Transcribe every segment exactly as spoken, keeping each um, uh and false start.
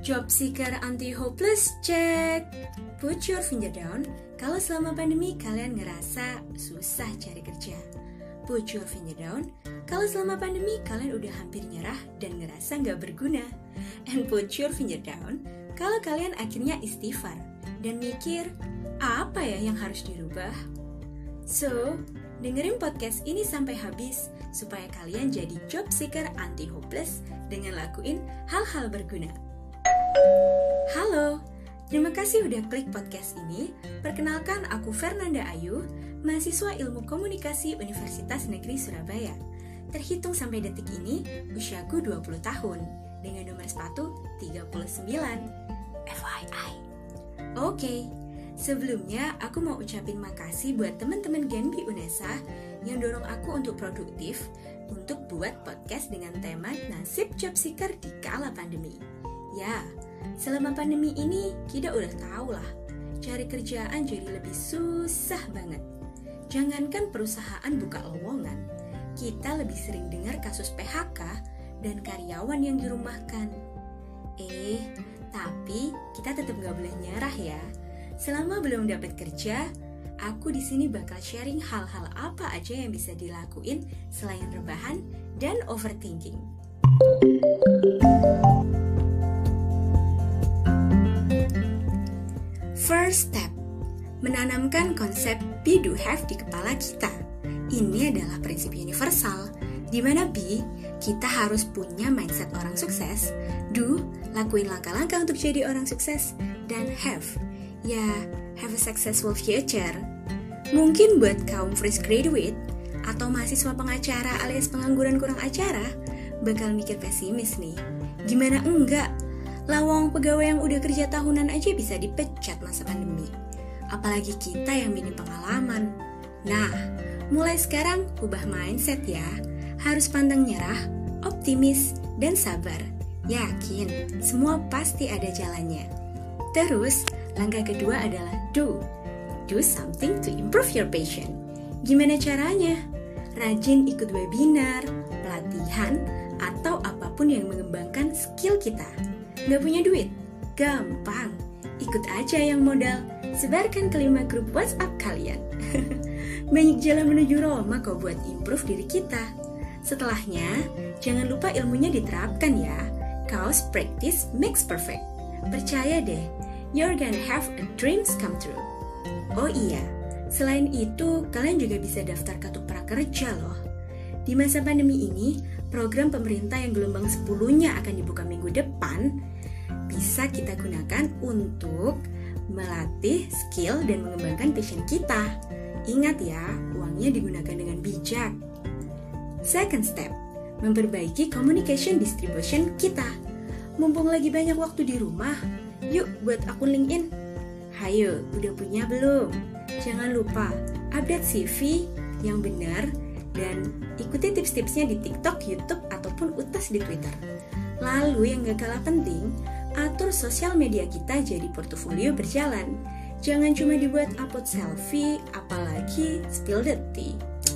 Job seeker anti-hopeless, cek. Put your finger down kalau selama pandemi kalian ngerasa susah cari kerja. Put your finger down kalau selama pandemi kalian udah hampir nyerah dan ngerasa gak berguna. And put your finger down kalau kalian akhirnya istighfar dan mikir, apa ya yang harus dirubah? So, dengerin podcast ini sampai habis supaya kalian jadi job seeker anti-hopeless dengan lakuin hal-hal berguna. Halo, terima kasih udah klik podcast ini. Perkenalkan, aku Fernanda Ayu, mahasiswa Ilmu Komunikasi Universitas Negeri Surabaya. Terhitung sampai detik ini, usiaku dua puluh tahun, dengan nomor sepatu tiga puluh sembilan. F Y I. Oke, sebelumnya aku mau ucapin makasih buat teman-teman Genbi Unesa yang dorong aku untuk produktif untuk buat podcast dengan tema nasib job seeker di kala pandemi. Ya, selama pandemi ini kita udah tahu lah, cari kerjaan jadi lebih susah banget. Jangankan perusahaan buka lowongan, kita lebih sering dengar kasus P H K dan karyawan yang dirumahkan. Eh, tapi kita tetap gak boleh nyerah ya. Selama belum dapat kerja, aku di sini bakal sharing hal-hal apa aja yang bisa dilakuin selain rebahan dan overthinking. First step, menanamkan konsep be, do, have di kepala kita. Ini adalah prinsip universal, di mana be, kita harus punya mindset orang sukses, do, lakuin langkah-langkah untuk jadi orang sukses, dan have, ya, have a successful future. Mungkin buat kaum fresh graduate, atau mahasiswa pengacara alias pengangguran kurang acara, bakal mikir pesimis nih. Gimana enggak? Lawang pegawai yang udah kerja tahunan aja bisa dipecat masa pandemi. Apalagi kita yang minim pengalaman. Nah, mulai sekarang ubah mindset ya. Harus pantang nyerah, optimis, dan sabar. Yakin, semua pasti ada jalannya. Terus, langkah kedua adalah do. Do something to improve your passion. Gimana caranya? Rajin ikut webinar, pelatihan, atau apapun yang mengembangkan skill kita. Gak punya duit? Gampang, ikut aja yang modal, sebarkan ke lima grup WhatsApp kalian. Banyak jalan menuju Roma kok buat improve diri kita. Setelahnya, jangan lupa ilmunya diterapkan ya. Cause practice makes perfect. Percaya deh, you're gonna have a dreams come true. Oh iya, selain itu, kalian juga bisa daftar kartu prakerja loh. Di masa pandemi ini, program pemerintah yang gelombang sepuluh-nya akan dibuka minggu depan bisa kita gunakan untuk melatih skill dan mengembangkan passion kita. Ingat ya, uangnya digunakan dengan bijak. Second step, memperbaiki communication distribution kita. Mumpung lagi banyak waktu di rumah, yuk buat akun LinkedIn. Hayo, udah punya belum? Jangan lupa update C V yang benar dan ikuti tips-tipsnya di TikTok, YouTube, ataupun utas di Twitter. Lalu yang gak kalah penting, atur sosial media kita jadi portofolio berjalan. Jangan cuma dibuat upload selfie, apalagi spill the tea.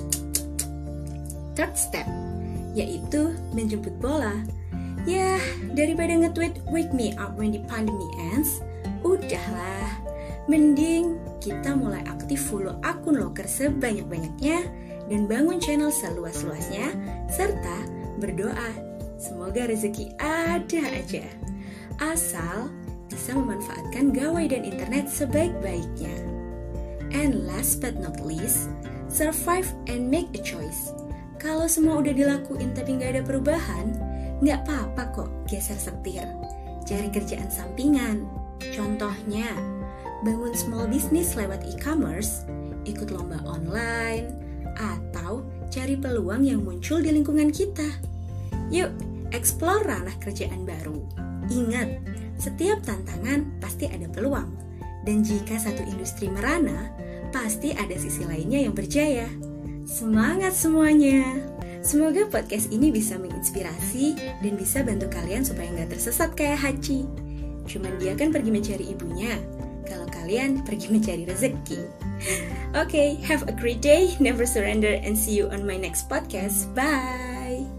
Third step, yaitu menjemput bola. Yah, daripada nge-tweet wake me up when the pandemic ends, udahlah. Mending kita mulai aktif follow akun loker sebanyak-banyaknya dan bangun channel seluas-luasnya, serta berdoa semoga rezeki ada aja. Asal bisa memanfaatkan gawai dan internet sebaik-baiknya. And last but not least, survive and make a choice. Kalau semua udah dilakuin tapi nggak ada perubahan, nggak apa-apa kok geser setir. Cari kerjaan sampingan. Contohnya, bangun small business lewat e-commerce, ikut lomba online, atau cari peluang yang muncul di lingkungan kita. Yuk, explore ranah kerjaan baru. Ingat, setiap tantangan pasti ada peluang. Dan jika satu industri merana, pasti ada sisi lainnya yang berjaya. Semangat semuanya! Semoga podcast ini bisa menginspirasi dan bisa bantu kalian supaya nggak tersesat kayak Hachi. Cuman dia kan pergi mencari ibunya, kalau kalian pergi mencari rezeki. Oke, okay, have a great day, never surrender, and see you on my next podcast. Bye!